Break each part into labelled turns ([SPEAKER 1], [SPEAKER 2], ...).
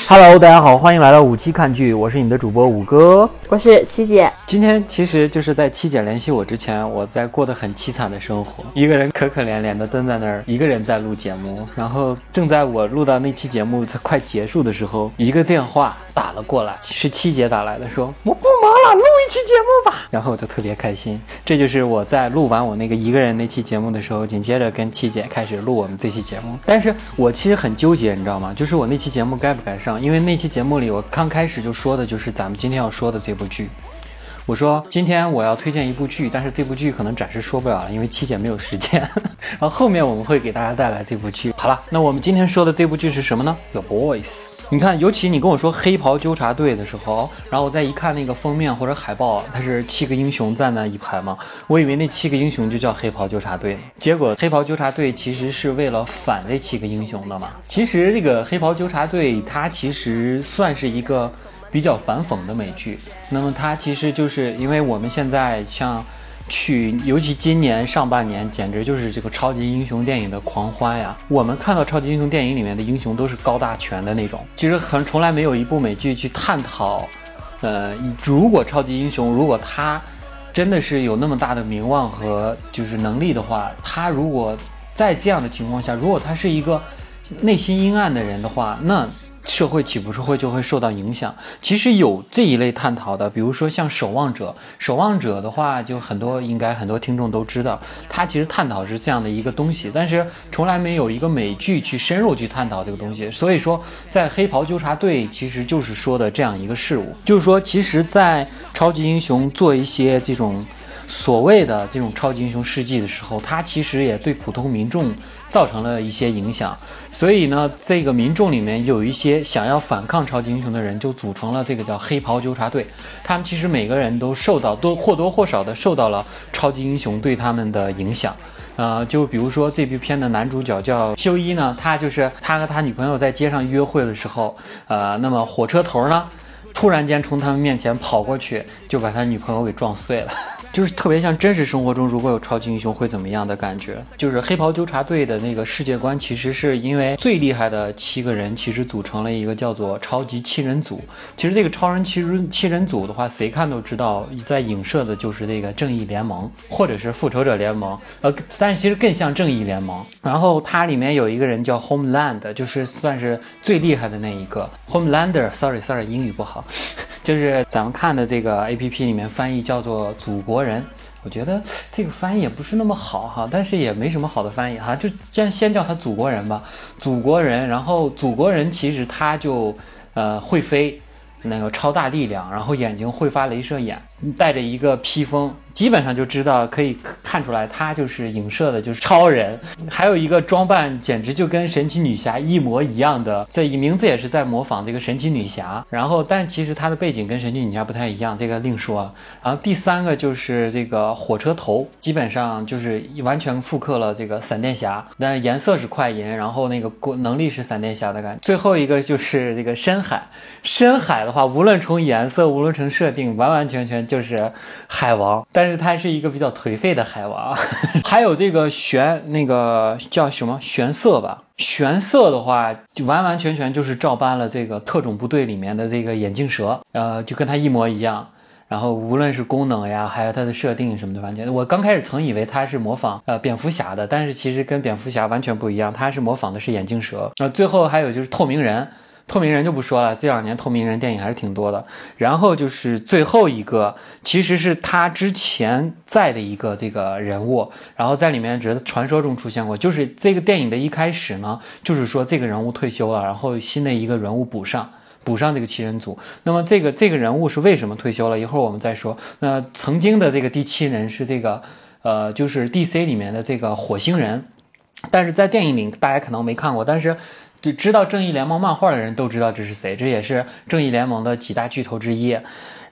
[SPEAKER 1] Hello， 大家好，欢迎来到五期看剧，我是你们的主播五哥，
[SPEAKER 2] 我是七姐。
[SPEAKER 1] 今天其实就是在七姐联系我之前，我在过得很凄惨的生活，一个人可可怜怜的蹲在那儿，一个人在录节目。然后正在我录到那期节目才快结束的时候，一个电话打了过来，是七姐打来的，说我不忙了，录一期节目吧。然后我就特别开心，这就是我在录完我那个一个人那期节目的时候，紧接着跟七姐开始录我们这期节目。但是我其实很纠结，你知道吗？就是我那期节目该不该上，因为那期节目里我刚开始就说的就是咱们今天要说的这部剧。我说今天我要推荐一部剧，但是这部剧可能暂时说不了了，因为七姐没有时间。然后后面我们会给大家带来这部剧。好了，那我们今天说的这部剧是什么呢？ The Boys。你看，尤其你跟我说黑袍纠察队的时候，然后我再一看那个封面或者海报，它是7个英雄站在一排嘛，我以为那7个英雄就叫黑袍纠察队，结果黑袍纠察队其实是为了反这7个英雄的嘛。其实这个黑袍纠察队它其实算是一个比较反讽的美剧，那么它其实就是因为我们现在像尤其今年上半年简直就是这个超级英雄电影的狂欢呀。我们看到超级英雄电影里面的英雄都是高大全的那种，其实从来没有一部美剧去探讨如果超级英雄如果他真的是有那么大的名望和就是能力的话，他如果在这样的情况下，如果他是一个内心阴暗的人的话，那社会岂不是就会受到影响？其实有这一类探讨的，比如说像守望者的话，就应该很多听众都知道，它其实探讨是这样的一个东西，但是从来没有一个美剧去深入去探讨这个东西。所以说在黑袍纠察队其实就是说的这样一个事物，就是说其实在超级英雄做一些这种所谓的这种超级英雄事迹的时候，它其实也对普通民众造成了一些影响。所以呢，这个民众里面有一些想要反抗超级英雄的人，就组成了这个叫黑袍纠察队。他们其实每个人都或多或少的受到了超级英雄对他们的影响。就比如说这部片的男主角叫修一呢，他和他女朋友在街上约会的时候，那么火车头呢突然间从他们面前跑过去，就把他女朋友给撞碎了。就是特别像真实生活中如果有超级英雄会怎么样的感觉。就是黑袍纠察队的那个世界观，其实是因为最厉害的7个人其实组成了一个叫做超级7人组。其实这个超人七人组的话，谁看都知道在影射的就是这个正义联盟或者是复仇者联盟，但是其实更像正义联盟。然后它里面有一个人叫 Homeland， 就是算是最厉害的那一个 Homelander。 sorry 英语不好，就是咱们看的这个 APP 里面翻译叫做祖国人，我觉得这个翻译也不是那么好哈，但是也没什么好的翻译哈，就先叫他祖国人吧。祖国人，然后祖国人其实他就会飞，那个超大力量，然后眼睛会发镭射眼，带着一个披风，基本上就知道可以看出来他就是影射的就是超人。还有一个装扮简直就跟神奇女侠一模一样的，这名字也是在模仿这个神奇女侠，然后但其实他的背景跟神奇女侠不太一样，这个另说。然后第3个就是这个火车头，基本上就是完全复刻了这个闪电侠，但是颜色是快银，然后那个能力是闪电侠的感觉。最后一个就是这个深海的话，无论从颜色无论从设定，完完全全就是海王，但是他是一个比较颓废的海王。还有这个那个叫什么玄色吧，玄色的话就完完全全就是照搬了这个特种部队里面的这个眼镜蛇，就跟他一模一样。然后无论是功能呀还有它的设定什么的，完全我刚开始曾以为它是模仿蝙蝠侠的，但是其实跟蝙蝠侠完全不一样，它是模仿的是眼镜蛇。最后还有就是透明人就不说了，这2年透明人电影还是挺多的。然后就是最后一个其实是他之前在的一个这个人物，然后在里面只是传说中出现过，就是这个电影的一开始呢，就是说这个人物退休了，然后新的一个人物补上这个7人组。那么这个人物是为什么退休了，一会儿我们再说。那曾经的这个第7人是这个就是 DC 里面的这个火星人，但是在电影里大家可能没看过，但是就知道正义联盟漫画的人都知道这是谁，这也是正义联盟的几大巨头之一。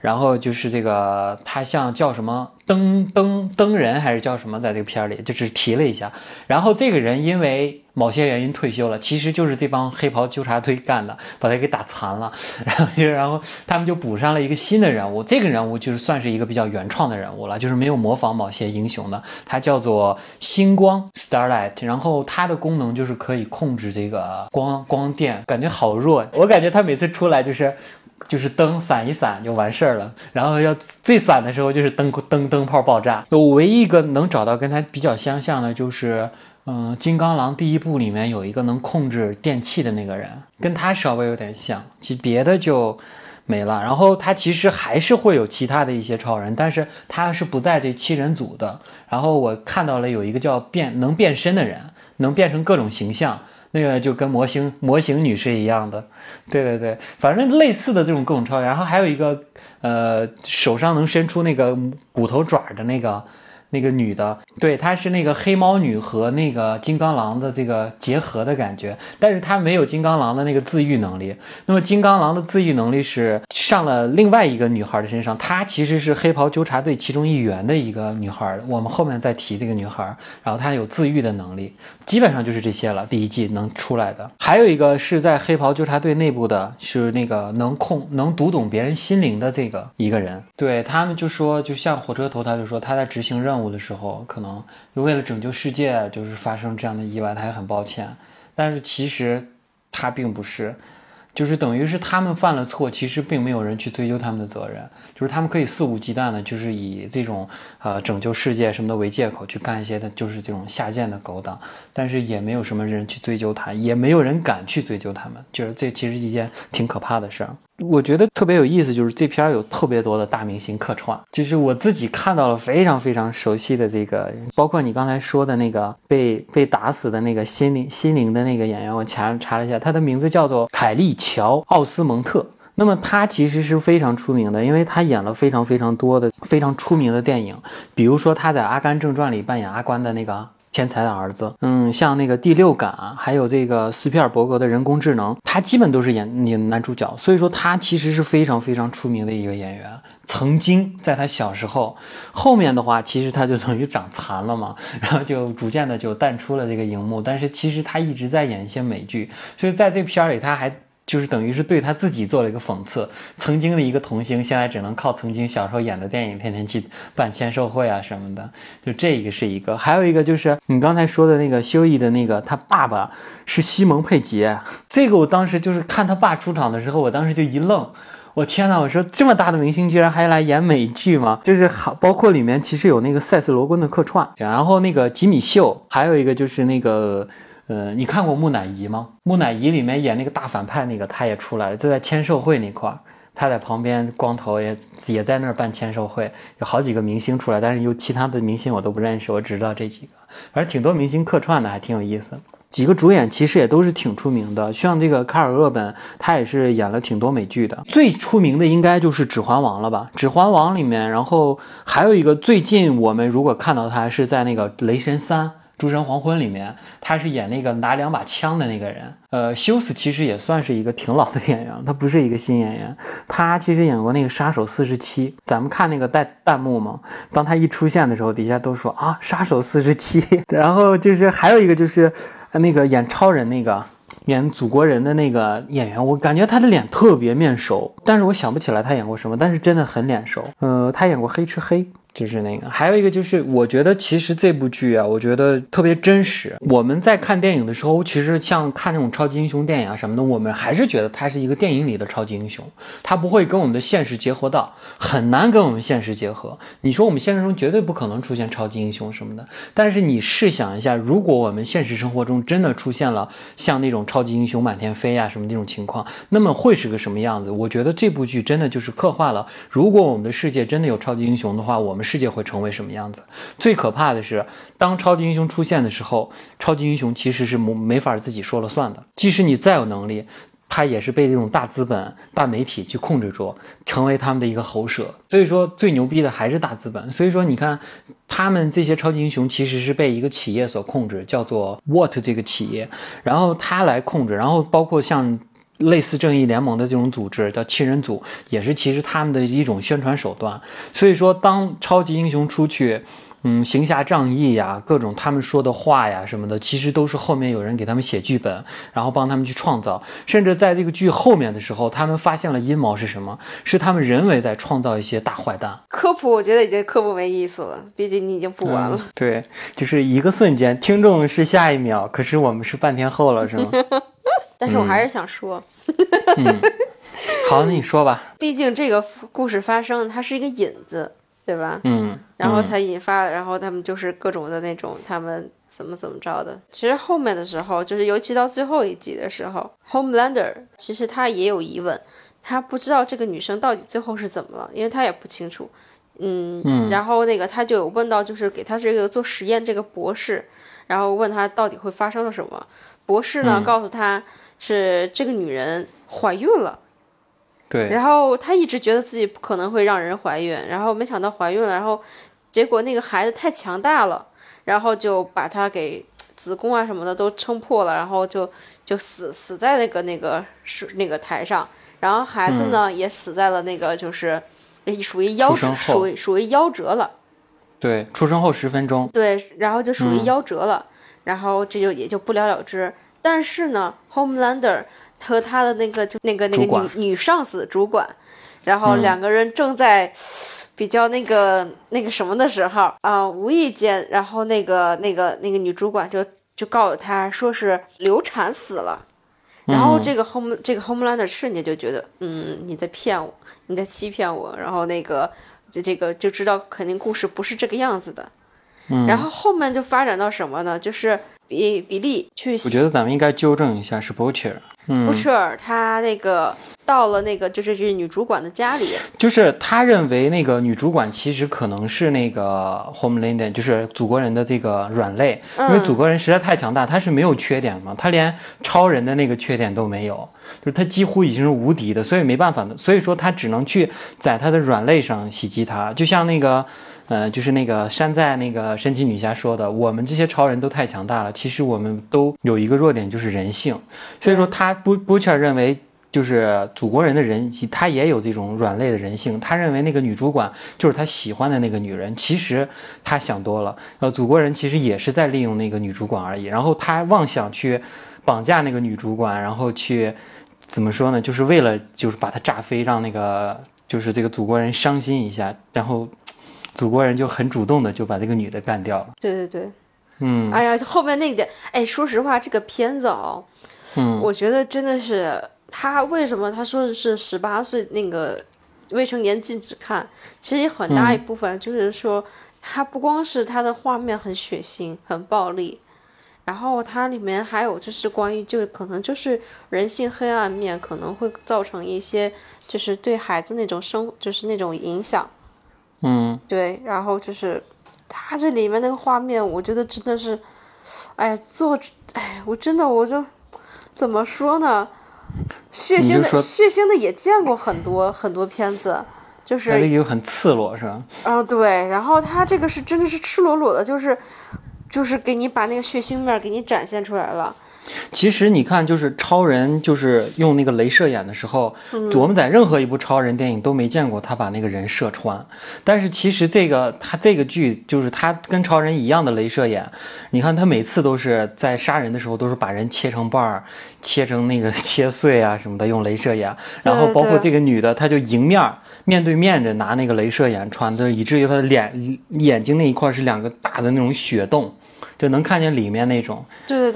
[SPEAKER 1] 然后就是这个他像叫什么灯人还是叫什么，在这个片里就只提了一下。然后这个人因为某些原因退休了，其实就是这帮黑袍纠察队干的，把他给打残了。然后他们就补上了一个新的人物，这个人物就是算是一个比较原创的人物了，就是没有模仿某些英雄的。他叫做星光 Starlight， 然后他的功能就是可以控制这个光电，感觉好弱。我感觉他每次出来就是灯闪一闪就完事儿了，然后要最闪的时候就是灯泡爆炸。我唯一一个能找到跟他比较相像的就是金刚狼第一部里面有一个能控制电器的那个人，跟他稍微有点像，其别的就没了。然后他其实还是会有其他的一些超人，但是他是不在这7人组的。然后我看到了有一个叫能变身的人，能变成各种形象，那个就跟模型女是一样的。对，反正类似的这种各种超人。然后还有一个手上能伸出那个骨头爪的那个女的，对，她是那个黑猫女和那个金刚狼的这个结合的感觉，但是她没有金刚狼的那个自愈能力。那么金刚狼的自愈能力是上了另外一个女孩的身上，她其实是黑袍纠察队其中一员的一个女孩，我们后面再提这个女孩。然后她有自愈的能力，基本上就是这些了，第一季能出来的。还有一个是在黑袍纠察队内部的，是那个能读懂别人心灵的这个一个人。对，他们就说，就像火车头他就说他在执行任务的时候，可能为了拯救世界就是发生这样的意外，他也很抱歉。但是其实他并不是，就是等于是他们犯了错，其实并没有人去追究他们的责任，就是他们可以肆无忌惮的，就是以这种拯救世界什么的为借口去干一些的就是这种下贱的勾当，但是也没有什么人去追究他，也没有人敢去追究他们，就是这其实一件挺可怕的事儿。我觉得特别有意思，就是这片有特别多的大明星客串，就是我自己看到了非常非常熟悉的这个，包括你刚才说的那个被打死的那个心灵的那个演员，我查了一下，他的名字叫做凯利乔·奥斯蒙特。那么他其实是非常出名的，因为他演了非常非常多的非常出名的电影，比如说他在《阿甘正传》里扮演阿甘的那个天才的儿子，像那个第六感，还有这个斯皮尔伯格的人工智能，他基本都是演男主角，所以说他其实是非常非常出名的一个演员。曾经在他小时候，后面的话其实他就等于长残了嘛，然后就逐渐的就淡出了这个荧幕，但是其实他一直在演一些美剧，所以在这片里他还就是等于是对他自己做了一个讽刺，曾经的一个童星现在只能靠曾经小时候演的电影天天去办签售会啊什么的，就这个是一个。还有一个就是你刚才说的那个修义的那个，他爸爸是西蒙佩杰，这个我当时就是看他爸出场的时候，我当时就一愣，我天哪，我说这么大的明星居然还来演美剧吗？就是包括里面其实有那个塞斯罗根的客串，然后那个吉米秀，还有一个就是那个你看过木乃伊吗？木乃伊里面演那个大反派那个他也出来了，就在签售会那块儿，他在旁边光头也在那儿办签售会，有好几个明星出来，但是有其他的明星我都不认识，我只知道这几个，反正挺多明星客串的，还挺有意思。几个主演其实也都是挺出名的，像这个卡尔厄本，他也是演了挺多美剧的。最出名的应该就是《指环王》了吧，《指环王》里面，然后还有一个最近我们如果看到他是在那个《雷神3：诸神黄昏》里面，他是演那个拿2把枪的那个人。休斯其实也算是一个挺老的演员，他不是一个新演员，他其实演过那个杀手47，咱们看那个弹幕嘛，当他一出现的时候，底下都说啊杀手47，然后就是还有一个就是那个演超人那个演祖国人的那个演员，我感觉他的脸特别面熟，但是我想不起来他演过什么，但是真的很脸熟。他演过黑吃黑，就是那个。还有一个就是我觉得其实这部剧啊，我觉得特别真实。我们在看电影的时候，其实像看那种超级英雄电影啊什么的，我们还是觉得他是一个电影里的超级英雄，他不会跟我们的现实结合到，很难跟我们现实结合。你说我们现实中绝对不可能出现超级英雄什么的，但是你试想一下，如果我们现实生活中真的出现了像那种超级英雄满天飞啊什么这种情况，那么会是个什么样子？我觉得这部剧真的就是刻画了，如果我们的世界真的有超级英雄的话，我们世界会成为什么样子。最可怕的是，当超级英雄出现的时候，超级英雄其实是没法自己说了算的，即使你再有能力，他也是被这种大资本大媒体去控制住，成为他们的一个喉舌。所以说最牛逼的还是大资本。所以说你看他们这些超级英雄其实是被一个企业所控制，叫做 What 这个企业，然后他来控制，然后包括像类似正义联盟的这种组织叫七人组，也是其实他们的一种宣传手段。所以说当超级英雄出去行侠仗义呀，各种他们说的话呀什么的，其实都是后面有人给他们写剧本，然后帮他们去创造。甚至在这个剧后面的时候，他们发现了阴谋是什么，是他们人为在创造一些大坏蛋。
[SPEAKER 2] 科普我觉得已经科普没意思了，毕竟你已经补完了。
[SPEAKER 1] 对，就是一个瞬间，听众是下一秒，可是我们是半天后了，是吗？
[SPEAKER 2] 但是我还是想说，
[SPEAKER 1] 好，那你说吧。
[SPEAKER 2] 毕竟这个故事发生，它是一个引子，对吧？然后才引发，然后他们就是各种的那种，他们怎么着的。其实后面的时候，就是尤其到最后一集的时候 ，Homelander 其实他也有疑问，他不知道这个女生到底最后是怎么了，因为他也不清楚。然后那个他就有问到，就是给他这个做实验这个博士，然后问他到底会发生了什么。博士呢告诉他是这个女人怀孕了。
[SPEAKER 1] 对，
[SPEAKER 2] 然后他一直觉得自己不可能会让人怀孕，然后没想到怀孕了，然后结果那个孩子太强大了，然后就把他给子宫啊什么的都撑破了，然后就死在那个台上，然后孩子呢、也死在了那个就是属于夭折了。
[SPEAKER 1] 对，出生后10分钟。
[SPEAKER 2] 对，然后就属于夭折了，然后这就也就不了了之。但是呢 ，Homelander 和他的那个女上司主管，然后两个人正在比较那个什么的时候无意间，然后那个女主管就告诉他说是流产死了。然后这个 Homelander 瞬间就觉得你在骗我，你在欺骗我，然后这个就知道肯定故事不是这个样子的。然后后面就发展到什么呢？就是比利去，
[SPEAKER 1] 我觉得咱们应该纠正一下，是 Butcher。Butcher
[SPEAKER 2] 他那个到了那个就是女主管的家里，
[SPEAKER 1] 就是他认为那个女主管其实可能是那个 Homelander， 就是祖国人的这个软肋，因为祖国人实在太强大，他是没有缺点嘛，他连超人的那个缺点都没有，就是他几乎已经是无敌的，所以没办法的，所以说他只能去在他的软肋上袭击他，就像那个就是那个山寨那个神奇女侠说的，我们这些超人都太强大了，其实我们都有一个弱点，就是人性。所以说他Butcher 认为就是祖国人的人，他也有这种软肋的人性。他认为那个女主管就是他喜欢的那个女人，其实他想多了。祖国人其实也是在利用那个女主管而已。然后他妄想去绑架那个女主管，然后去怎么说呢？就是为了就是把她炸飞，让那个就是这个祖国人伤心一下，然后祖国人就很主动的就把这个女的干掉了。
[SPEAKER 2] 对，哎呀，后面那点，说实话，这个片子我觉得真的是他为什么他说的是18岁那个未成年禁止看，其实很大一部分就是说，它不光是它的画面很血腥、很暴力，然后它里面还有就是关于就可能就是人性黑暗面，可能会造成一些就是对孩子那种就是那种影响。对，然后就是它这里面那个画面，我觉得真的是，我真的我就怎么说呢？血腥的也见过很多片子，就是
[SPEAKER 1] 这个很赤裸是吧？
[SPEAKER 2] 对，然后它这个是真的是赤裸裸的，就是给你把那个血腥面给你展现出来了。
[SPEAKER 1] 其实你看，就是超人就是用那个镭射眼的时候，我们在任何一部超人电影都没见过他把那个人射穿。但是其实他这个剧就是他跟超人一样的镭射眼，你看他每次都是在杀人的时候都是把人切成瓣儿，切成那个切碎啊什么的，用镭射眼。然后包括这个女的，她就迎面对面着拿那个镭射眼穿的，以至于她的眼睛那一块是2个大的那种血洞。就能看见里面那种，
[SPEAKER 2] 对，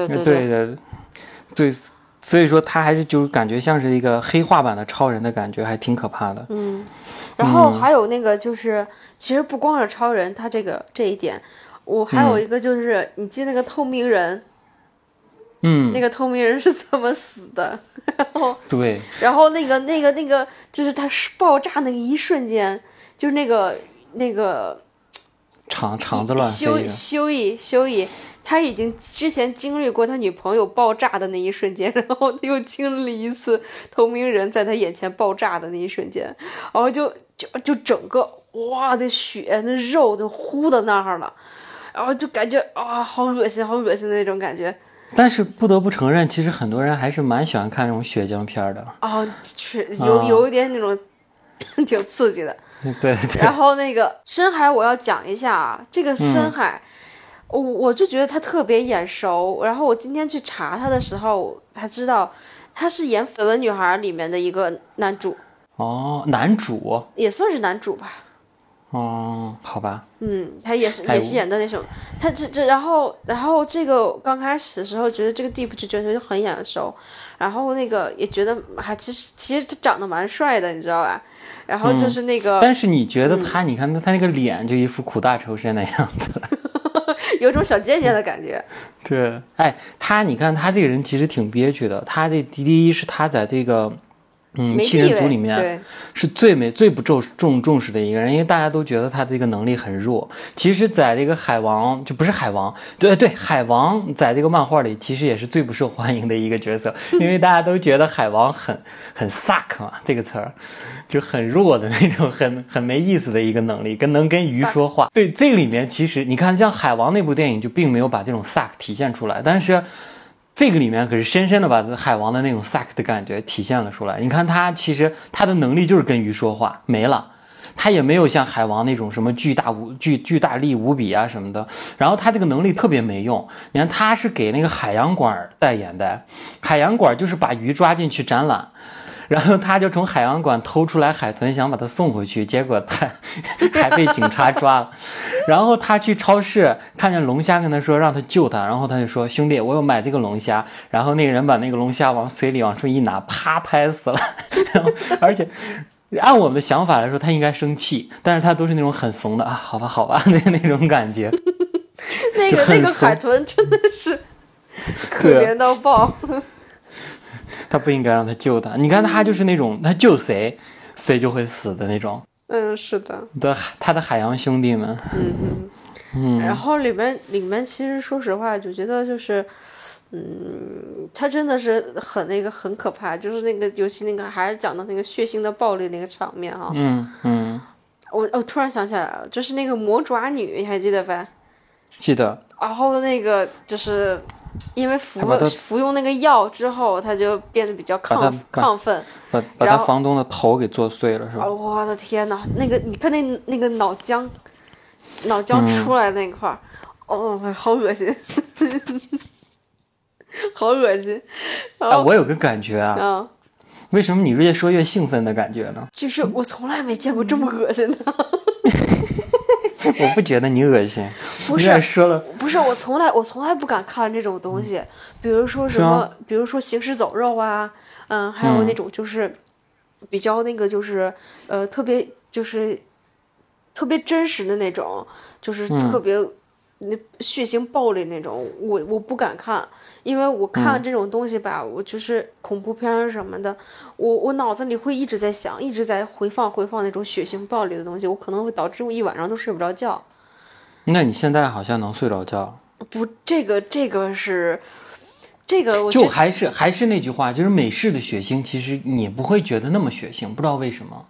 [SPEAKER 1] 所以说他还是就感觉像是一个黑化版的超人的感觉，还挺可怕的。
[SPEAKER 2] 然后还有那个就是，其实不光是超人，他这一点，我还有一个就是，你记得那个透明人，那个透明人是怎么死的？
[SPEAKER 1] 对，
[SPEAKER 2] 然后那个就是他爆炸那个一瞬间，就是那个。
[SPEAKER 1] 肠子乱飞。
[SPEAKER 2] 修一，他已经之前经历过他女朋友爆炸的那一瞬间，然后又经历一次透明人在他眼前爆炸的那一瞬间，然后就整个哇的血那肉就糊到那儿了，然后就感觉好恶心的那种感觉。
[SPEAKER 1] 但是不得不承认，其实很多人还是蛮喜欢看那种血浆片的。
[SPEAKER 2] 哦，有一点那种挺刺激的。
[SPEAKER 1] 对对。
[SPEAKER 2] 然后那个深海我要讲一下啊，这个深海，我就觉得他特别眼熟。然后我今天去查他的时候才知道，他是演《绯闻女孩》里面的一个男主。
[SPEAKER 1] 哦，男主
[SPEAKER 2] 也算是男主吧。
[SPEAKER 1] 哦，好吧。
[SPEAKER 2] 他也是演的那种，他然后这个刚开始的时候觉得这个 Deep 就觉得就很眼熟，然后那个也觉得还其实他长得蛮帅的，你知道吧？然后就是那个，
[SPEAKER 1] 但是你觉得他，你看他那个脸就一副苦大仇深的样子，
[SPEAKER 2] 有种小贱贱的感觉。
[SPEAKER 1] 对，哎，你看他这个人其实挺憋屈的。他这第一是他在这个七人组里面是最不重视的一个人，因为大家都觉得他这个能力很弱。其实在这个海王，就不是海王，对，海王在这个漫画里其实也是最不受欢迎的一个角色，因为大家都觉得海王很 suck 嘛，这个词儿就很弱的那种，很没意思的一个能力，能跟鱼说话。对，这里面其实你看像海王那部电影就并没有把这种 suck 体现出来，但是这个里面可是深深的把海王的那种 suck 的感觉体现了出来。你看他其实他的能力就是跟鱼说话没了，他也没有像海王那种什么巨大力无比啊什么的，然后他这个能力特别没用。你看他是给那个海洋馆代言的，海洋馆就是把鱼抓进去展览，然后他就从海洋馆偷出来海豚，想把它送回去，结果他还被警察抓了。然后他去超市看见龙虾，跟他说让他救他，然后他就说兄弟我要买这个龙虾，然后那个人把那个龙虾往水里往出一拿，啪拍死了。然后而且按我们的想法来说他应该生气，但是他都是那种很怂的啊，好吧那种感觉。
[SPEAKER 2] 那个海豚真的是可怜到爆。
[SPEAKER 1] 他不应该让他救他，你看他就是那种他救谁就会死的那种。
[SPEAKER 2] 是的，
[SPEAKER 1] 他的海洋兄弟们。
[SPEAKER 2] 然后里面其实说实话就觉得就是他真的是很可怕，就是那个尤其那个还是讲的那个血腥的暴力那个场面啊。我突然想起来了，就是那个魔爪女，你还记得吧？
[SPEAKER 1] 记得。
[SPEAKER 2] 然后那个就是因为服用那个药之后，他就变得比较亢奋，
[SPEAKER 1] 把他房东的头给做碎了，是吧？
[SPEAKER 2] 我的天哪！那个你看那个脑浆出来那块儿，好恶心，好恶心。
[SPEAKER 1] 我有个感觉啊，为什么你越说越兴奋的感觉呢？
[SPEAKER 2] 就是我从来没见过这么恶心的。
[SPEAKER 1] 我不觉得你恶心，
[SPEAKER 2] 不是
[SPEAKER 1] 说了，
[SPEAKER 2] 不是我从来不敢看这种东西，比如说什么，比如说行尸走肉啊，还有那种就是比较那个就是特别真实的那种，就是特别那血腥暴力那种，我不敢看，因为我看这种东西吧，我就是恐怖片什么的，我脑子里会一直在想，一直在回放那种血腥暴力的东西，我可能会导致我一晚上都睡不着觉。
[SPEAKER 1] 那你现在好像能睡着觉？
[SPEAKER 2] 不，这个是这个我
[SPEAKER 1] 就还是那句话，就是美式的血腥其实你不会觉得那么血腥，不知道为什么。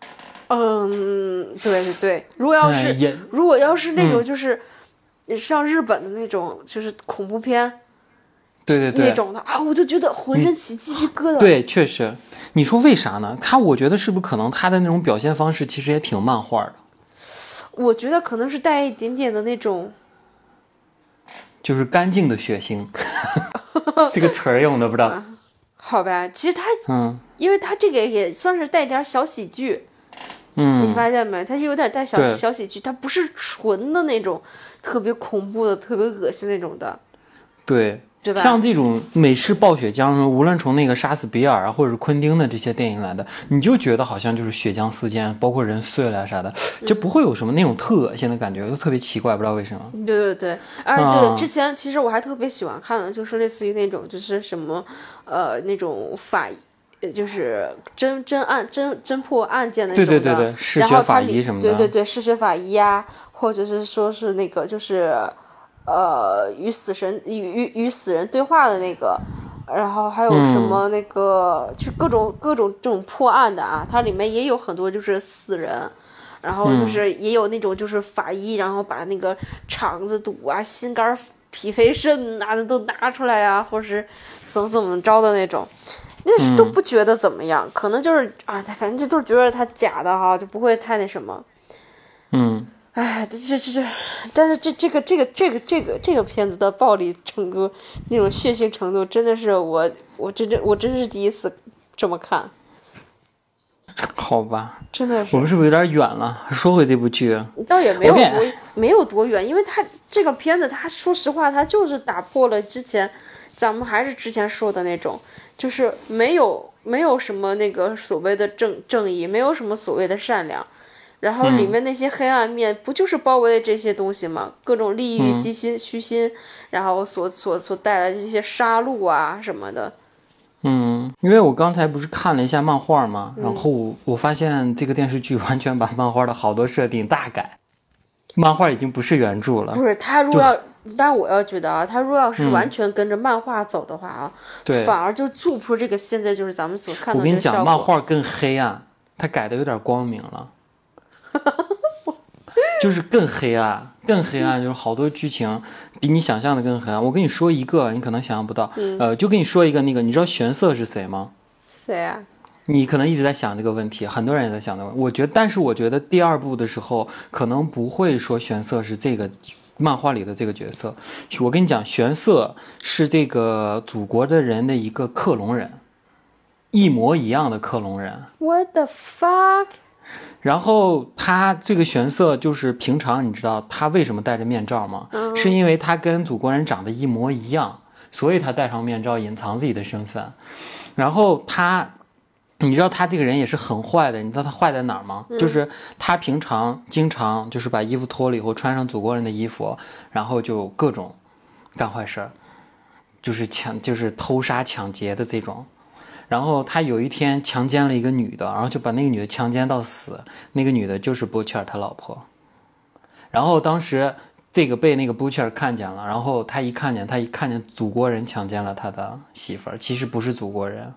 [SPEAKER 2] 对，如果要是那种就是像日本的那种就是恐怖片，
[SPEAKER 1] 对
[SPEAKER 2] 那种的啊，我就觉得浑身起鸡皮疙瘩。
[SPEAKER 1] 对，确实，你说为啥呢？我觉得是不是可能他的那种表现方式其实也挺漫画的？
[SPEAKER 2] 我觉得可能是带一点点的那种，
[SPEAKER 1] 就是干净的血腥。这个词儿用的不知道。
[SPEAKER 2] 好吧，其实他因为他这个也算是带点小喜剧。你发现没？它有点带小喜剧，它不是纯的那种特别恐怖的、特别恶心那种的，
[SPEAKER 1] 对
[SPEAKER 2] 吧？
[SPEAKER 1] 像这种美式暴血浆，无论从那个杀死比尔啊，或者是昆汀的这些电影来的，你就觉得好像就是血浆四溅，包括人碎了啥的，就不会有什么那种特恶心的感觉，就特别奇怪，不知道为什么。对，
[SPEAKER 2] 对，之前其实我还特别喜欢看的，就是类似于那种就是什么那种就是侦破案件的那种的，
[SPEAKER 1] 对，嗜血法医什么的，
[SPEAKER 2] 对，嗜血法医啊，或者是说是那个就是与死人对话的那个，然后还有什么那个就各种这种破案的啊，它里面也有很多就是死人。然后就是也有那种就是法医，然后把那个肠子堵啊、心肝脾肺肾啊都拿出来啊，或是怎么着的那种，那是都不觉得怎么样，可能就是啊，反正就都觉得他假的哈，就不会太那什么。哎，但是这个片子的暴力程度，那种血腥程度，真的是我真是第一次这么看。
[SPEAKER 1] 好吧，
[SPEAKER 2] 真的是。
[SPEAKER 1] 我们是不是有点远了？说回这部剧，
[SPEAKER 2] 倒也没有多远，因为它这个片子，它说实话，它就是打破了之前咱们还是之前说的那种，就是没有什么那个所谓的正义，没有什么所谓的善良。然后里面那些黑暗面不就是包围这些东西吗？各种利欲、虚心，然后所带来的这些杀戮啊什么的。
[SPEAKER 1] 因为我刚才不是看了一下漫画嘛，然后我发现这个电视剧完全把漫画的好多设定大改，漫画已经不是原著了。
[SPEAKER 2] 不是他如果要，但我要觉得啊，他如果要是完全跟着漫画走的话啊，
[SPEAKER 1] 对，
[SPEAKER 2] 反而就做不出这个现在就是咱们所看到的
[SPEAKER 1] 我跟你讲，
[SPEAKER 2] 这个效果。
[SPEAKER 1] 漫画更黑暗，他改的有点光明了。就是更黑暗，就是好多剧情比你想象的更黑暗。我跟你说一个，你可能想象不到，就跟你说一个，那个你知道玄色是谁吗？
[SPEAKER 2] 谁啊？
[SPEAKER 1] 你可能一直在想这个问题，很多人也在想这个问题。但是我觉得第二部的时候，可能不会说玄色是这个漫画里的这个角色。我跟你讲，玄色是这个祖国的人的一个克隆人，一模一样的克隆人。
[SPEAKER 2] What the fuck？
[SPEAKER 1] 然后他这个玄色就是平常你知道他为什么戴着面罩吗？是因为他跟祖国人长得一模一样，所以他戴上面罩隐藏自己的身份。然后你知道他这个人也是很坏的，你知道他坏在哪儿吗？就是他平常经常就是把衣服脱了以后穿上祖国人的衣服，然后就各种干坏事儿，就是偷杀抢劫的这种。然后他有一天强奸了一个女的，然后就把那个女的强奸到死。那个女的就是布切尔他老婆。然后当时这个被那个布切尔看见了，然后他一看见祖国人强奸了他的媳妇儿，其实不是祖国人。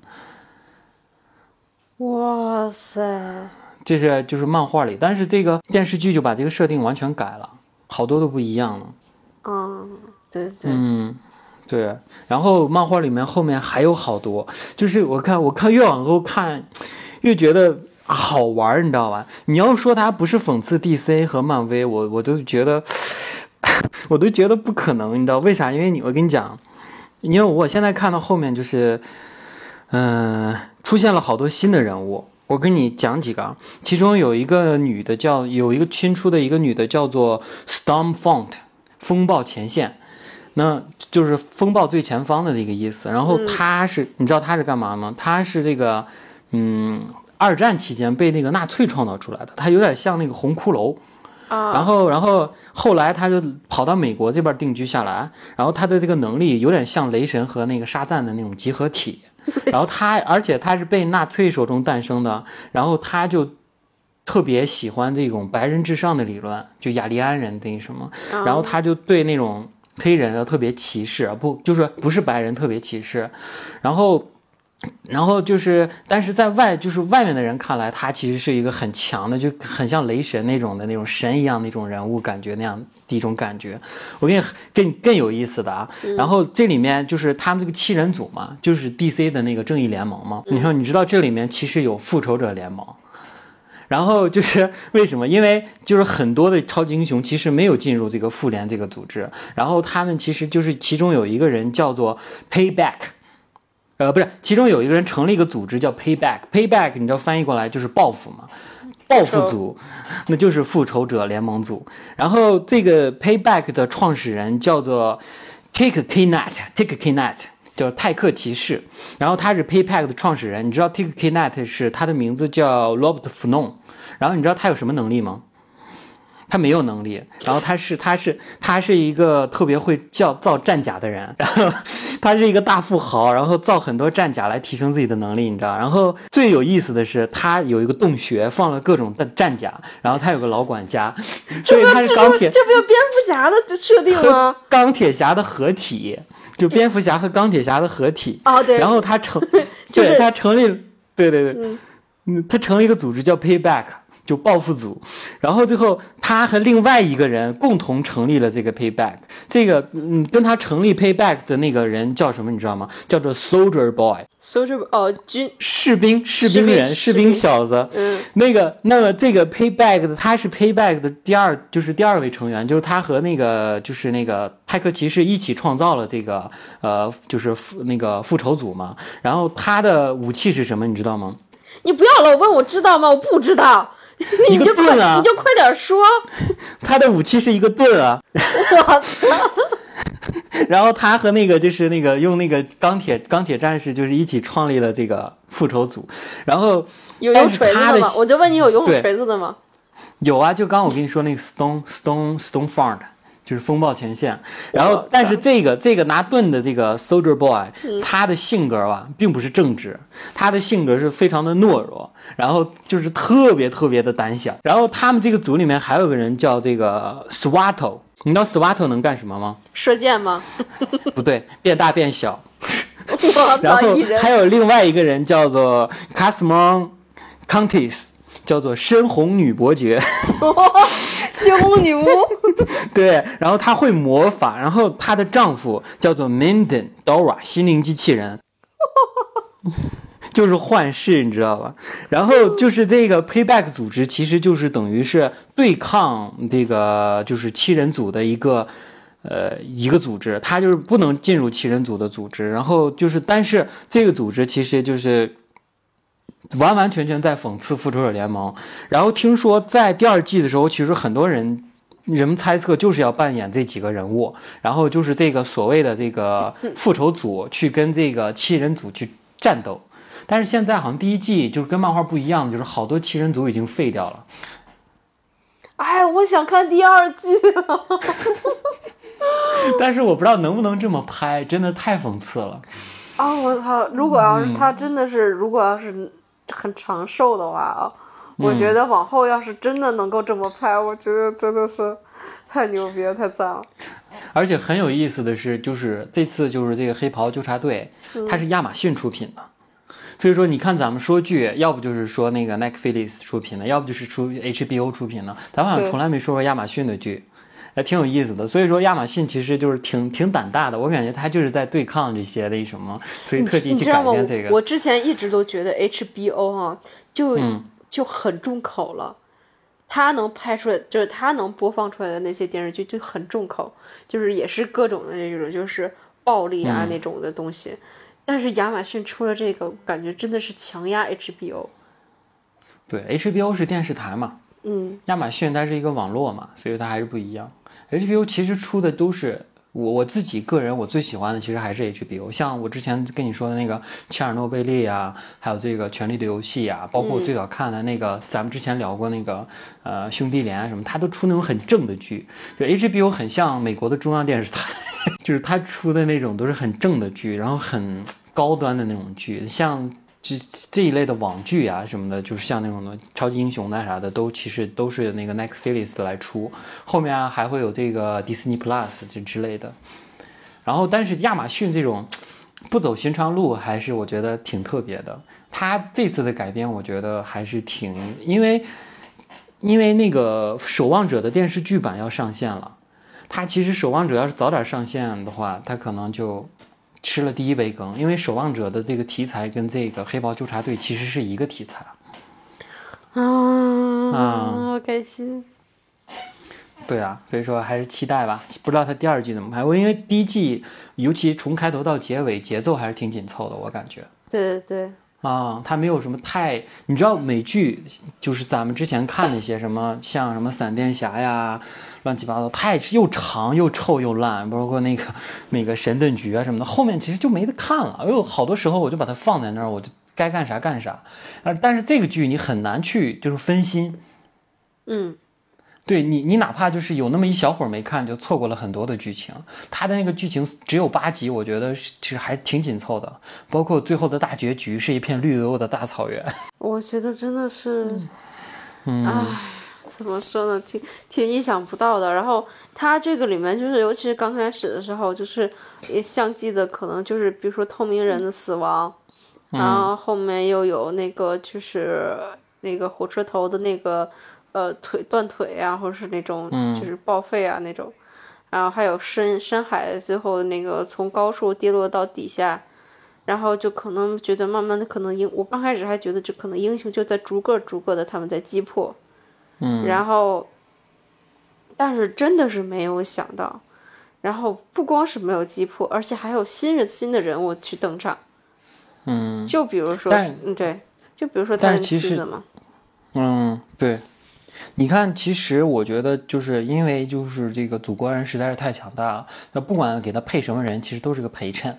[SPEAKER 2] 哇塞！
[SPEAKER 1] 这是就是漫画里，但是这个电视剧就把这个设定完全改了，好多都不一样了。
[SPEAKER 2] 对对。
[SPEAKER 1] 对，然后漫画里面后面还有好多，就是我看越往后看，越觉得好玩，你知道吧？你要说它不是讽刺 DC 和漫威，我都觉得不可能，你知道为啥？因为我跟你讲，因为我现在看到后面就是，出现了好多新的人物。我跟你讲几个，其中有一个新出的一个女的叫做 Stormfront， 风暴前线。那就是风暴最前方的这个意思。然后你知道他是干嘛吗？他是这个二战期间被那个纳粹创造出来的，他有点像那个红骷髅。然后后来他就跑到美国这边定居下来，然后他的这个能力有点像雷神和那个沙赞的那种集合体。然后而且他是被纳粹手中诞生的，然后他就特别喜欢这种白人至上的理论，就雅利安人那什么，然后他就对那种黑人特别歧视，不是白人特别歧视，然后就是，但是在外面的人看来，他其实是一个很强的，就很像雷神那种的那种神一样那种人物感觉那样的一种感觉。我给你更有意思的啊，然后这里面就是他们这个7人组嘛，就是 DC 的那个正义联盟嘛。你知道这里面其实有复仇者联盟。然后就是为什么？因为就是很多的超级英雄其实没有进入这个复联这个组织，然后他们其实就是其中有一个人叫做 Payback， 不是，其中有一个人成立一个组织叫 Payback， 你知道翻译过来就是报复嘛，报复组，那就是复仇者联盟组。然后这个 Payback 的创始人叫做 Take Knat。叫泰克骑士，然后他是 Payback 的创始人。你知道 Take Knat 是他的名字叫 Robert Fnon， 然后你知道他有什么能力吗？他没有能力，然后他是一个特别会造战甲的人，然后他是一个大富豪，然后造很多战甲来提升自己的能力，你知道。然后最有意思的是，他有一个洞穴，放了各种的战甲，然后他有个老管家，所以他是钢铁，
[SPEAKER 2] 这不就蝙蝠侠的设定吗？
[SPEAKER 1] 钢铁侠的合体。就蝙蝠侠和钢铁侠的合体
[SPEAKER 2] 对，
[SPEAKER 1] 然后他成立，他成立一个组织叫 Payback， 就报复组，然后最后他和另外一个人共同成立了这个 Payback。这个跟他成立 Payback 的那个人叫什么你知道吗？叫做 Soldier Boy。Soldier 士兵小子。那么这个 Payback 的他是 Payback 的第二位成员，就是他和那个派克骑士一起创造了这个就是那个复仇组嘛。然后他的武器是什么你知道吗？
[SPEAKER 2] 你不要老问我知道吗？我不知道。
[SPEAKER 1] 一个盾啊！
[SPEAKER 2] 你就快点说。
[SPEAKER 1] 他的武器是一个盾啊！
[SPEAKER 2] 我操！
[SPEAKER 1] 然后他和那个就是那个用那个钢铁战士就是一起创立了这个复仇组。然后
[SPEAKER 2] 有用锤子的吗？我就问你有用锤子的吗？
[SPEAKER 1] 有啊，就刚我跟你说那个 Stone Front。就是风暴前线。然后但是这个拿盾的这个 Soldier Boy，他的性格吧并不是正直，他的性格是非常的懦弱，然后就是特别特别的胆小。然后他们这个组里面还有个人叫这个 Swato， 你知道 Swato 能干什么吗？
[SPEAKER 2] 射箭吗？
[SPEAKER 1] 不对，变大变小。然后还有另外一个人叫做 Casimir Contis， 叫做深红女伯爵。
[SPEAKER 2] 猩红女巫。
[SPEAKER 1] 对，然后她会魔法，然后她的丈夫叫做 Minden Dora 心灵机器人。就是幻视，你知道吧？然后就是这个 Payback 组织其实就是等于是对抗这个就是七人组的一个组织，它就是不能进入七人组的组织。然后就是但是这个组织其实就是完完全全在讽刺复仇者联盟。然后听说在第二季的时候，其实很多人们猜测就是要扮演这几个人物，然后就是这个所谓的这个复仇组去跟这个七人组去战斗。但是现在好像第一季就是跟漫画不一样，就是好多七人组已经废掉了。
[SPEAKER 2] 哎，我想看第二季了。
[SPEAKER 1] 但是我不知道能不能这么拍，真的太讽刺了。
[SPEAKER 2] 啊，我操！如果要是他真的是，如果要是很长寿的话啊，我觉得往后要是真的能够这么拍，我觉得真的是太牛逼了，太赞了。
[SPEAKER 1] 而且很有意思的是，就是这次就是这个黑袍纠察队，它是亚马逊出品的。所以说你看咱们说剧，要不就是说那个 Netflix 出品的，要不就是HBO 出品的，咱们好像从来没说过亚马逊的剧，还挺有意思的。所以说亚马逊其实就是挺胆大的，我感觉他就是在对抗这些的什么，所以特地去改编这个。
[SPEAKER 2] 我之前一直都觉得 HBO 啊就很重口了，他能拍出来就是他能播放出来的那些电视剧就很重口，就是也是各种的那种就是暴力啊那种的东西。但是亚马逊出了这个，感觉真的是强压 HBO。
[SPEAKER 1] 对 ，HBO 是电视台嘛，亚马逊它是一个网络嘛，所以它还是不一样。HBO 其实出的都是我自己个人我最喜欢的，其实还是 HBO。像我之前跟你说的那个切尔诺贝利啊，还有这个权力的游戏啊，包括我最早看的那个，咱们之前聊过那个兄弟连啊什么，它都出那种很正的剧。就 HBO 很像美国的中央电视台。就是他出的那种都是很正的剧，然后很高端的那种剧，像这一类的网剧啊什么的，就是像那种的超级英雄的啥的，其实都是那个 Netflix 来出，后面还会有这个 Disney Plus 之类的。然后但是亚马逊这种不走寻常路，还是我觉得挺特别的。他这次的改编我觉得还是因为那个守望者的电视剧版要上线了，他其实守望者要是早点上线的话，他可能就吃了第一杯羹，因为守望者的这个题材跟这个黑袍纠察队其实是一个题材。
[SPEAKER 2] 好开心。
[SPEAKER 1] 对啊，所以说还是期待吧，不知道他第二季怎么拍。因为第一季尤其从开头到结尾节奏还是挺紧凑的，我感觉。
[SPEAKER 2] 对对对。
[SPEAKER 1] 他没有什么太，你知道美剧就是咱们之前看那些什么像什么闪电侠呀乱七八糟，太又长又臭又烂，包括那个神盾局啊什么的，后面其实就没得看了。好多时候我就把它放在那儿，我就该干啥干啥。但是这个剧你很难去就是分心。对你哪怕就是有那么一小会儿没看，就错过了很多的剧情。他的那个剧情只有8集，我觉得其实还挺紧凑的。包括最后的大结局是一片绿油油的大草原。
[SPEAKER 2] 我觉得真的是，怎么说呢，挺意想不到的。然后他这个里面就是，尤其是刚开始的时候，就是也相继的可能就是比如说透明人的死亡，然后后面又有那个就是那个火车头的那个腿断腿啊，或者是那种就是报废啊那种，然后还有深海最后那个从高处跌落到底下，然后就可能觉得慢慢的可能我刚开始还觉得就可能英雄就在逐个的他们在击破，然后但是真的是没有想到，然后不光是没有击破，而且还有新的人物去登场，就比如说对，就比如说他的妻子嘛，
[SPEAKER 1] 对，你看，其实我觉得就是因为就是这个祖国人实在是太强大了，那不管给他配什么人，其实都是个陪衬。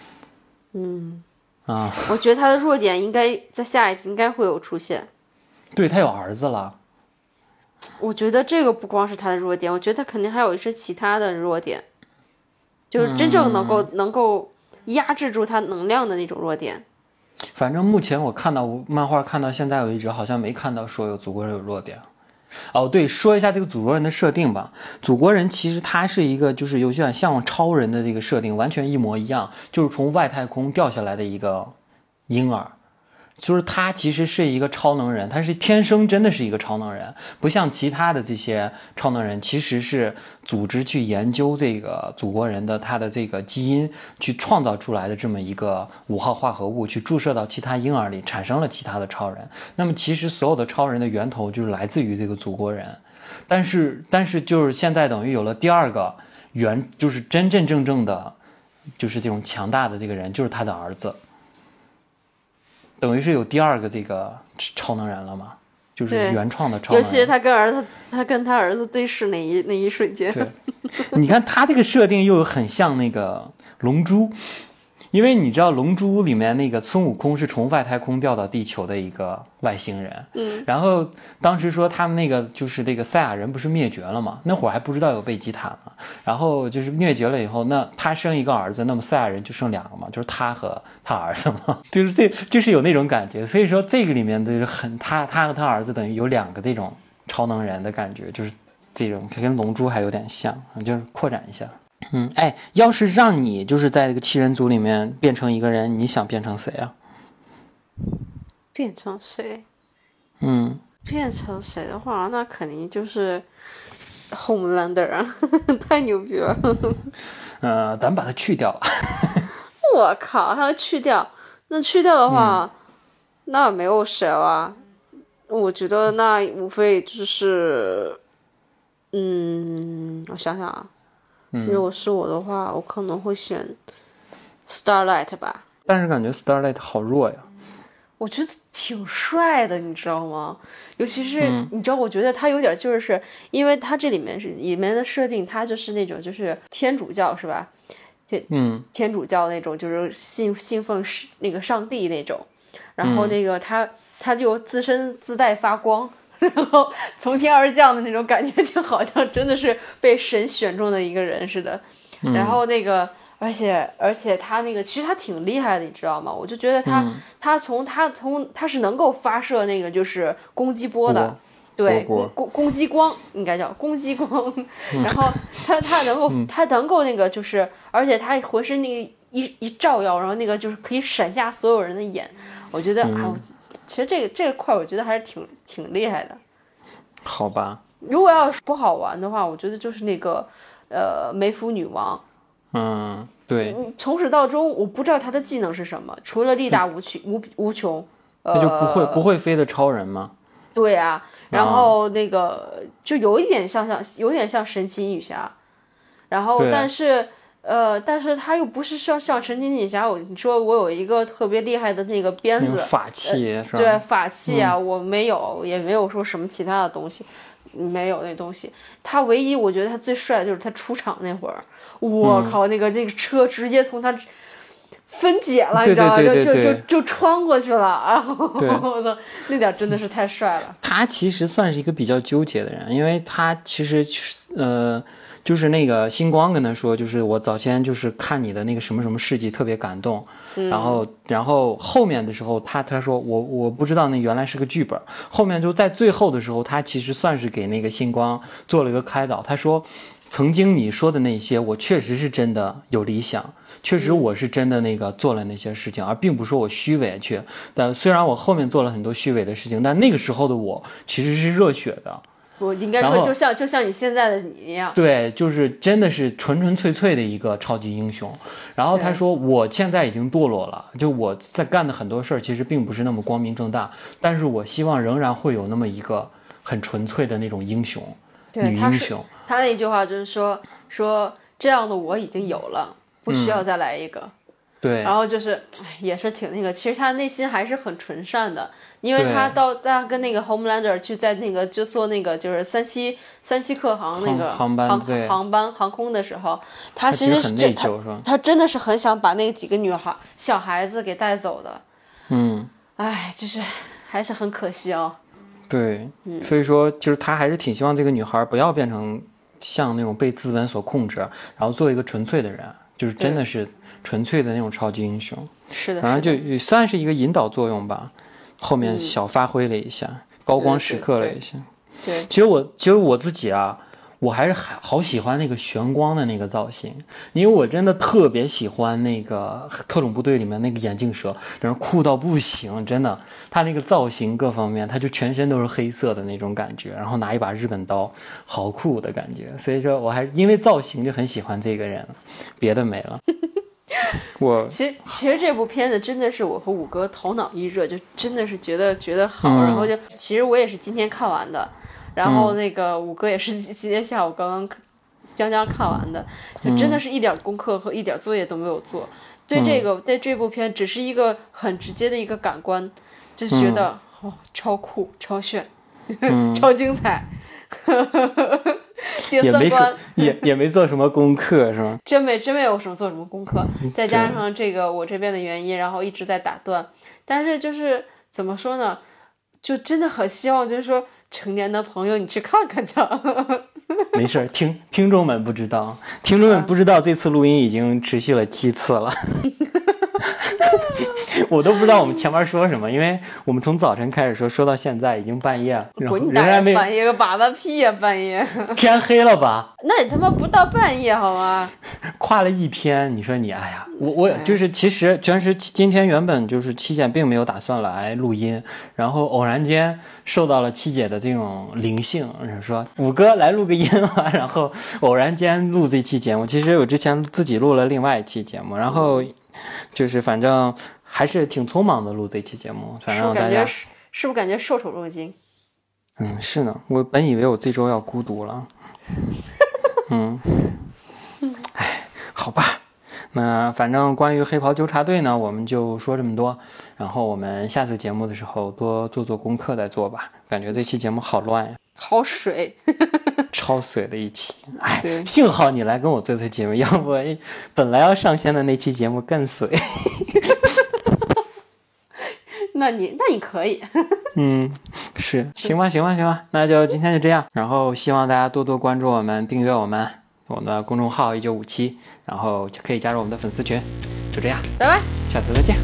[SPEAKER 2] 我觉得他的弱点应该在下一集应该会有出现。
[SPEAKER 1] 对，他有儿子了。
[SPEAKER 2] 我觉得这个不光是他的弱点，我觉得他肯定还有一些其他的弱点，就是真正能够压制住他能量的那种弱点。
[SPEAKER 1] 反正目前我看到漫画看到现在为止，好像没看到说有祖国人有弱点。哦，对，说一下这个祖国人的设定吧。祖国人其实他是一个就是有点像超人的这个设定，完全一模一样，就是从外太空掉下来的一个婴儿。就是他其实是一个超能人，他是天生真的是一个超能人，不像其他的这些超能人，其实是组织去研究这个祖国人的他的这个基因，去创造出来的这么一个5号化合物，去注射到其他婴儿里，产生了其他的超人。那么其实所有的超人的源头就是来自于这个祖国人，但是就是现在等于有了第二个就是真正的就是这种强大的这个人，就是他的儿子。等于是有第二个这个超能人了嘛，就是原创的超能人。
[SPEAKER 2] 尤其是他跟他儿子对视那一瞬间。
[SPEAKER 1] 对，你看他这个设定又很像那个龙珠，因为你知道龙珠里面那个孙悟空是从外太空掉到地球的一个外星人，然后当时说他们那个就是这个赛亚人不是灭绝了嘛，那会儿还不知道有贝吉塔呢，然后就是灭绝了以后，那他生一个儿子，那么赛亚人就剩2个嘛，就是他和他儿子嘛，就是有那种感觉，所以说这个里面的他和他儿子等于有2个这种超能人的感觉，就是这种跟龙珠还有点像，就是扩展一下。要是让你就是在这个7人组里面变成一个人，你想变成谁啊？
[SPEAKER 2] 变成谁？变成谁的话，那肯定就是 Homelander 啊，太牛逼了。
[SPEAKER 1] 咱把它去掉。
[SPEAKER 2] 我靠，还要去掉？那去掉的话，那没有谁了。我觉得那无非就是，我想想啊。如果是我的话，我可能会选 Starlight 吧。
[SPEAKER 1] 但是感觉 Starlight 好弱呀。
[SPEAKER 2] 我觉得挺帅的，你知道吗？尤其是你知道，我觉得他有点就是因为他这里面的设定，他就是那种就是天主教是吧？天主教那种就是信奉那个上帝那种，然后那个他就自身自带发光。然后从天而降的那种感觉，就好像真的是被神选中的一个人似的。然后那个，而且他那个其实他挺厉害的，你知道吗？我就觉得他是能够发射那个就是攻击波的，对，攻击光应该叫攻击光。然后他能够那个就是，而且他浑身那个一照耀，然后那个就是可以闪瞎所有人的眼。我觉得其实这个块我觉得还是挺厉害的。
[SPEAKER 1] 好吧，
[SPEAKER 2] 如果要是不好玩的话，我觉得就是那个梅芙女王。
[SPEAKER 1] 对，
[SPEAKER 2] 从始到终我不知道她的技能是什么，除了力大无穷。
[SPEAKER 1] 那就不会飞的超人吗？
[SPEAKER 2] 对啊，然后那个就有点像神奇女侠，然后但是他又不是像神奇女侠，你说我有一个特别厉害的那个鞭子
[SPEAKER 1] 法器，是吧？
[SPEAKER 2] 对，法器啊，我没有，也没有说什么其他的东西，没有那东西。他唯一我觉得他最帅的就是他出场那会儿，我靠，那个车直接从他分解了，你知道吗？就穿过去了，然后我操，那点真的是太帅了。
[SPEAKER 1] 他其实算是一个比较纠结的人，因为他其实就是那个星光跟他说，就是我早先就是看你的那个什么什么事迹特别感动，然后后面的时候他说我不知道那原来是个剧本，后面就在最后的时候他其实算是给那个星光做了一个开导，他说曾经你说的那些，我确实是真的有理想，确实我是真的那个做了那些事情，而并不是说我虚伪去。但虽然我后面做了很多虚伪的事情，但那个时候的我其实是热血的。
[SPEAKER 2] 我应该说就像你现在的你一样。
[SPEAKER 1] 对，就是真的是纯纯粹粹的一个超级英雄。然后他说我现在已经堕落了，就我在干的很多事儿其实并不是那么光明正大，但是我希望仍然会有那么一个很纯粹的那种英雄，女英雄。
[SPEAKER 2] 他那句话就是说这样的我已经有了，不需要再来一个。
[SPEAKER 1] 对，
[SPEAKER 2] 然后就是也是挺那个，其实他内心还是很纯善的，因为他跟那个 Homelander 去在那个就做那个就是三七克航那个航空的时候，他其实是他真的是很想把那几个小孩子给带走的。就是还是很可惜哦。
[SPEAKER 1] 对，所以说就是他还是挺希望这个女孩不要变成像那种被资本所控制，然后做一个纯粹的人，就是真的是纯粹的那种超级英雄。
[SPEAKER 2] 是的，
[SPEAKER 1] 然后就也算是一个引导作用吧，后面小发挥了一下，高光时刻了一下。
[SPEAKER 2] 对，
[SPEAKER 1] 其实我自己啊，我还是好喜欢那个玄光的那个造型，因为我真的特别喜欢那个特种部队里面那个眼镜蛇，然后酷到不行，真的，他那个造型各方面，他就全身都是黑色的那种感觉，然后拿一把日本刀，好酷的感觉。所以说我还因为造型就很喜欢这个人，别的没了。其实这部片子真的是我和五哥头脑一热，就真的是觉得好，然后就其实我也是今天看完的。然后那个五哥也是今天下午刚刚看完的，就真的是一点功课和一点作业都没有做，对这部片只是一个很直接的一个感官，就是觉得超酷超炫，超精彩。第三关也没做什么功课是吗？
[SPEAKER 2] 真没有什么做什么功课，再加上这个我这边的原因，然后一直在打断。但是就是怎么说呢，就真的很希望就是说成年的朋友你去看看他。
[SPEAKER 1] 没事，听众们不知道，这次录音已经持续了7次了。我都不知道我们前面说什么，因为我们从早晨开始说到现在已经半夜了，
[SPEAKER 2] 滚蛋！半夜个粑粑屁呀，半夜
[SPEAKER 1] 天黑了吧？
[SPEAKER 2] 那也他妈不到半夜好吗？
[SPEAKER 1] 跨了一篇，你说你哎呀，我就是其实今天原本就是七姐并没有打算来录音，然后偶然间受到了七姐的这种灵性，说五哥来录个音吧，然后偶然间录这期节目。其实我之前自己录了另外一期节目，然后就是反正还是挺匆忙的录这期节目，反正大家
[SPEAKER 2] 是不是感觉受宠若惊？
[SPEAKER 1] 是呢，我本以为我这周要孤独了。好吧，那反正关于黑袍纠察队呢，我们就说这么多，然后我们下次节目的时候多做功课再做吧。感觉这期节目好乱呀，
[SPEAKER 2] 好水，
[SPEAKER 1] 超水的一期。幸好你来跟我做这节目，要不本来要上线的那期节目更水。
[SPEAKER 2] 那你可以。
[SPEAKER 1] 是，行吧，那就今天就这样，然后希望大家多多关注我们，订阅我们的公众号1957，然后就可以加入我们的粉丝群。就这样，
[SPEAKER 2] 拜拜，
[SPEAKER 1] 下次再见。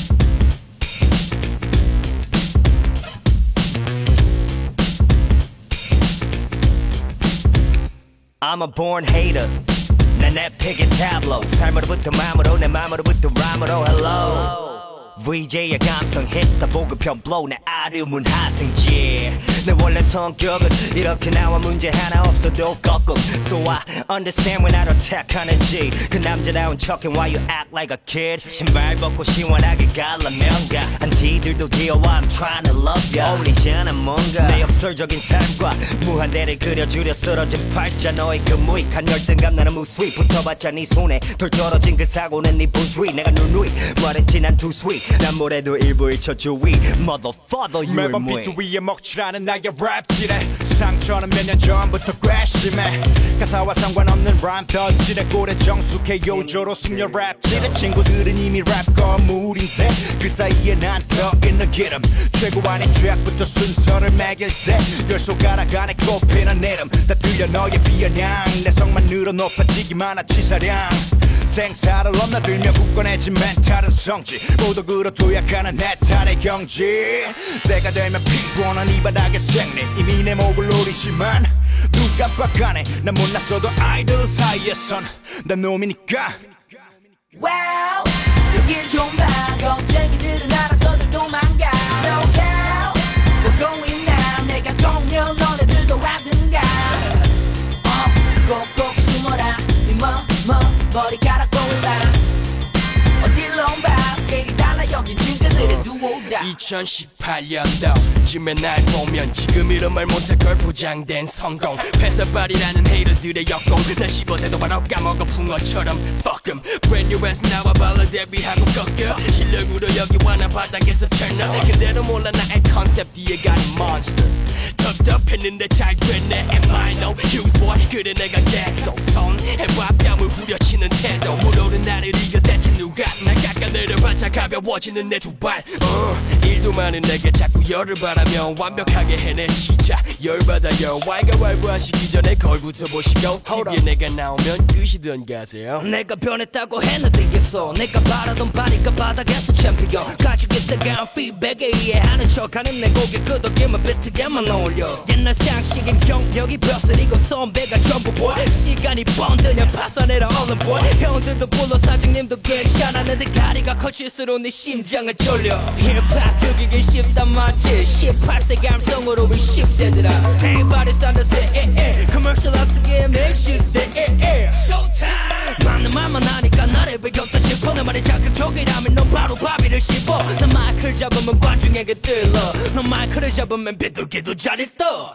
[SPEAKER 3] I'm a born hater. 난 내 픽인 tableau. 삶으로부터 마음으로 내 마음으로부터 rhyme으로 hello. VJ의 감성 hits 다 보급형 blow 내 아류문 하승기 내 원래 성격은 이렇게 나와 문제 하나 없어도 꺾음 So I understand when I don't 택하는지 그 남자다운 척해 why you act like a kid 신발 벗고 시원하게 가려면 가한 뒤들도 귀여워 I'm trying to love ya 어울리잖아 뭔가 내 역설적인 삶과 무한대를 그려주려 쓰러진 팔자 너의 그 무익한 열등감 나는 무수히 붙어봤자 네 손에 돌 떨어진 그 사고는 네 본주의 내가 누누이 말했지 난 too sweet 난 뭐래도 일부일 저주위 Motherfather you and me 매번 비트 위에 먹칠하는 나의 랩질에 상처는 몇 년 전부터 괘씸해 가사와 상관없는 라임 던지네 꼴에 정숙해 요조로 숙녀 랩질에 친구들은 이미 랩 거물인데 그 사이에 난 더 있는 기름 최고 아닌 트랙부터 순서를 매길 때 열 손가락 안에 꼽히는 이름 다 들려 너의 비아냥 내 성만 늘어 높아지기만 한 치사량 생사를 넘나들며 굳건해진 멘탈은 성지 모두 그로 도약하는 내 탈의 경지 때가 되면 피곤한 이 바닥의 생리 이미 내 목을 노리지만 누가 바가네 난 못났어도 아이들 사이에선 난 놈이니까
[SPEAKER 4] Wow 여길 좀 봐 겁쟁이들은 알아서들 도망가 No doubt We're going now 내가 공연 너네들도 하든가 꼭꼭 숨어라 네 머리카락 보일라 어딜로 봐 스케일이 달라 여긴 진짜들의 두오다
[SPEAKER 5] 2018년도쯤에 날 보면 지금 이런 말 못할 걸 보장된 성공 패사발이라는 헤이터들의 역공 날 씹어대도 바로 까먹어 붕어처럼 Fuck em Brand new ass 나와 발라 데뷔하고 꺾여 실력으로 여기 와나 바닥에서 turn up 근데도 몰라 나의 컨셉 뒤에 가는 monster 텁텁했는데 잘 됐네 Am I no use boy 그래 내가 계속 손해와 뺨을 후려치는 태도 물오른 나를 이겨 대체 누가 나 깎아내려봤자 가벼워지는 내 두발 일도 많은 내게 자꾸 열을 바라며 완벽하게 해내 진짜 열받아요 왈가왈부하시기 전에 거울부터 보시고 TV에 내가 나오면 끄시던 가세요
[SPEAKER 4] 내가 변했다고 해나 되겠어 내가 바라던 바니까 바닥에서 챔피언 가지고 있다간 피드백에 이해하는 척하는 내 고개 끄덕이면 비트게만 어울려 옛날 상식인 경력이 벼슬이고 선배가 전부 boy 시간이 뻔드냐 파산해라 얼른 boy 형들도 불러 사장님도 괜찮았는데 다리가 커질수록 네 심장을 졸려 힙합 죽이긴 쉽단 맞지 18세 감성으로 우리 10세들아 Everybody's on the set Commercialize the game next Tuesday Showtime 맞는 말만 하니까 나를 배겼다 싶어 내 말이 자극적이라면 넌 바로 바비를 씹어 난 마이크를 잡으면 관중에게 들러 넌 마이크를 잡으면 비둘기도 잘 있어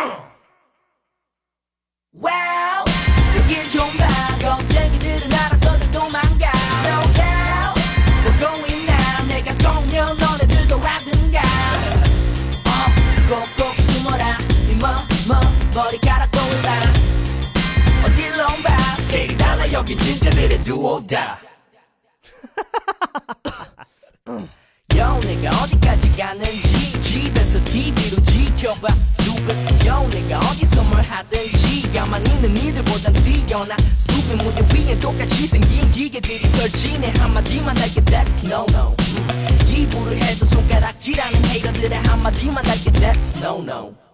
[SPEAKER 4] Wow 여길 좀 봐 겁쟁이들은 알아서들 도망가 No doubt We're going now 내가 공연 너네들도 하든가 꼭꼭 숨어라 네 머리카락 보일라 어딜로 봐 스케일이 달라 여긴 진짜들의 두오다 Yo 내가 어디까지 가는지 집에서 TV로 지켜봐 Stupid Yo 내가 어디서 뭘 하든지 가만히 있는 이들보단 뛰어나 Stupid 무대 위에 똑같이 생긴 기계들이 설치네 한마디만 할게 That's no no 기부를 해도 손가락질하는 헤이터들의 한마디만 할게 That's no no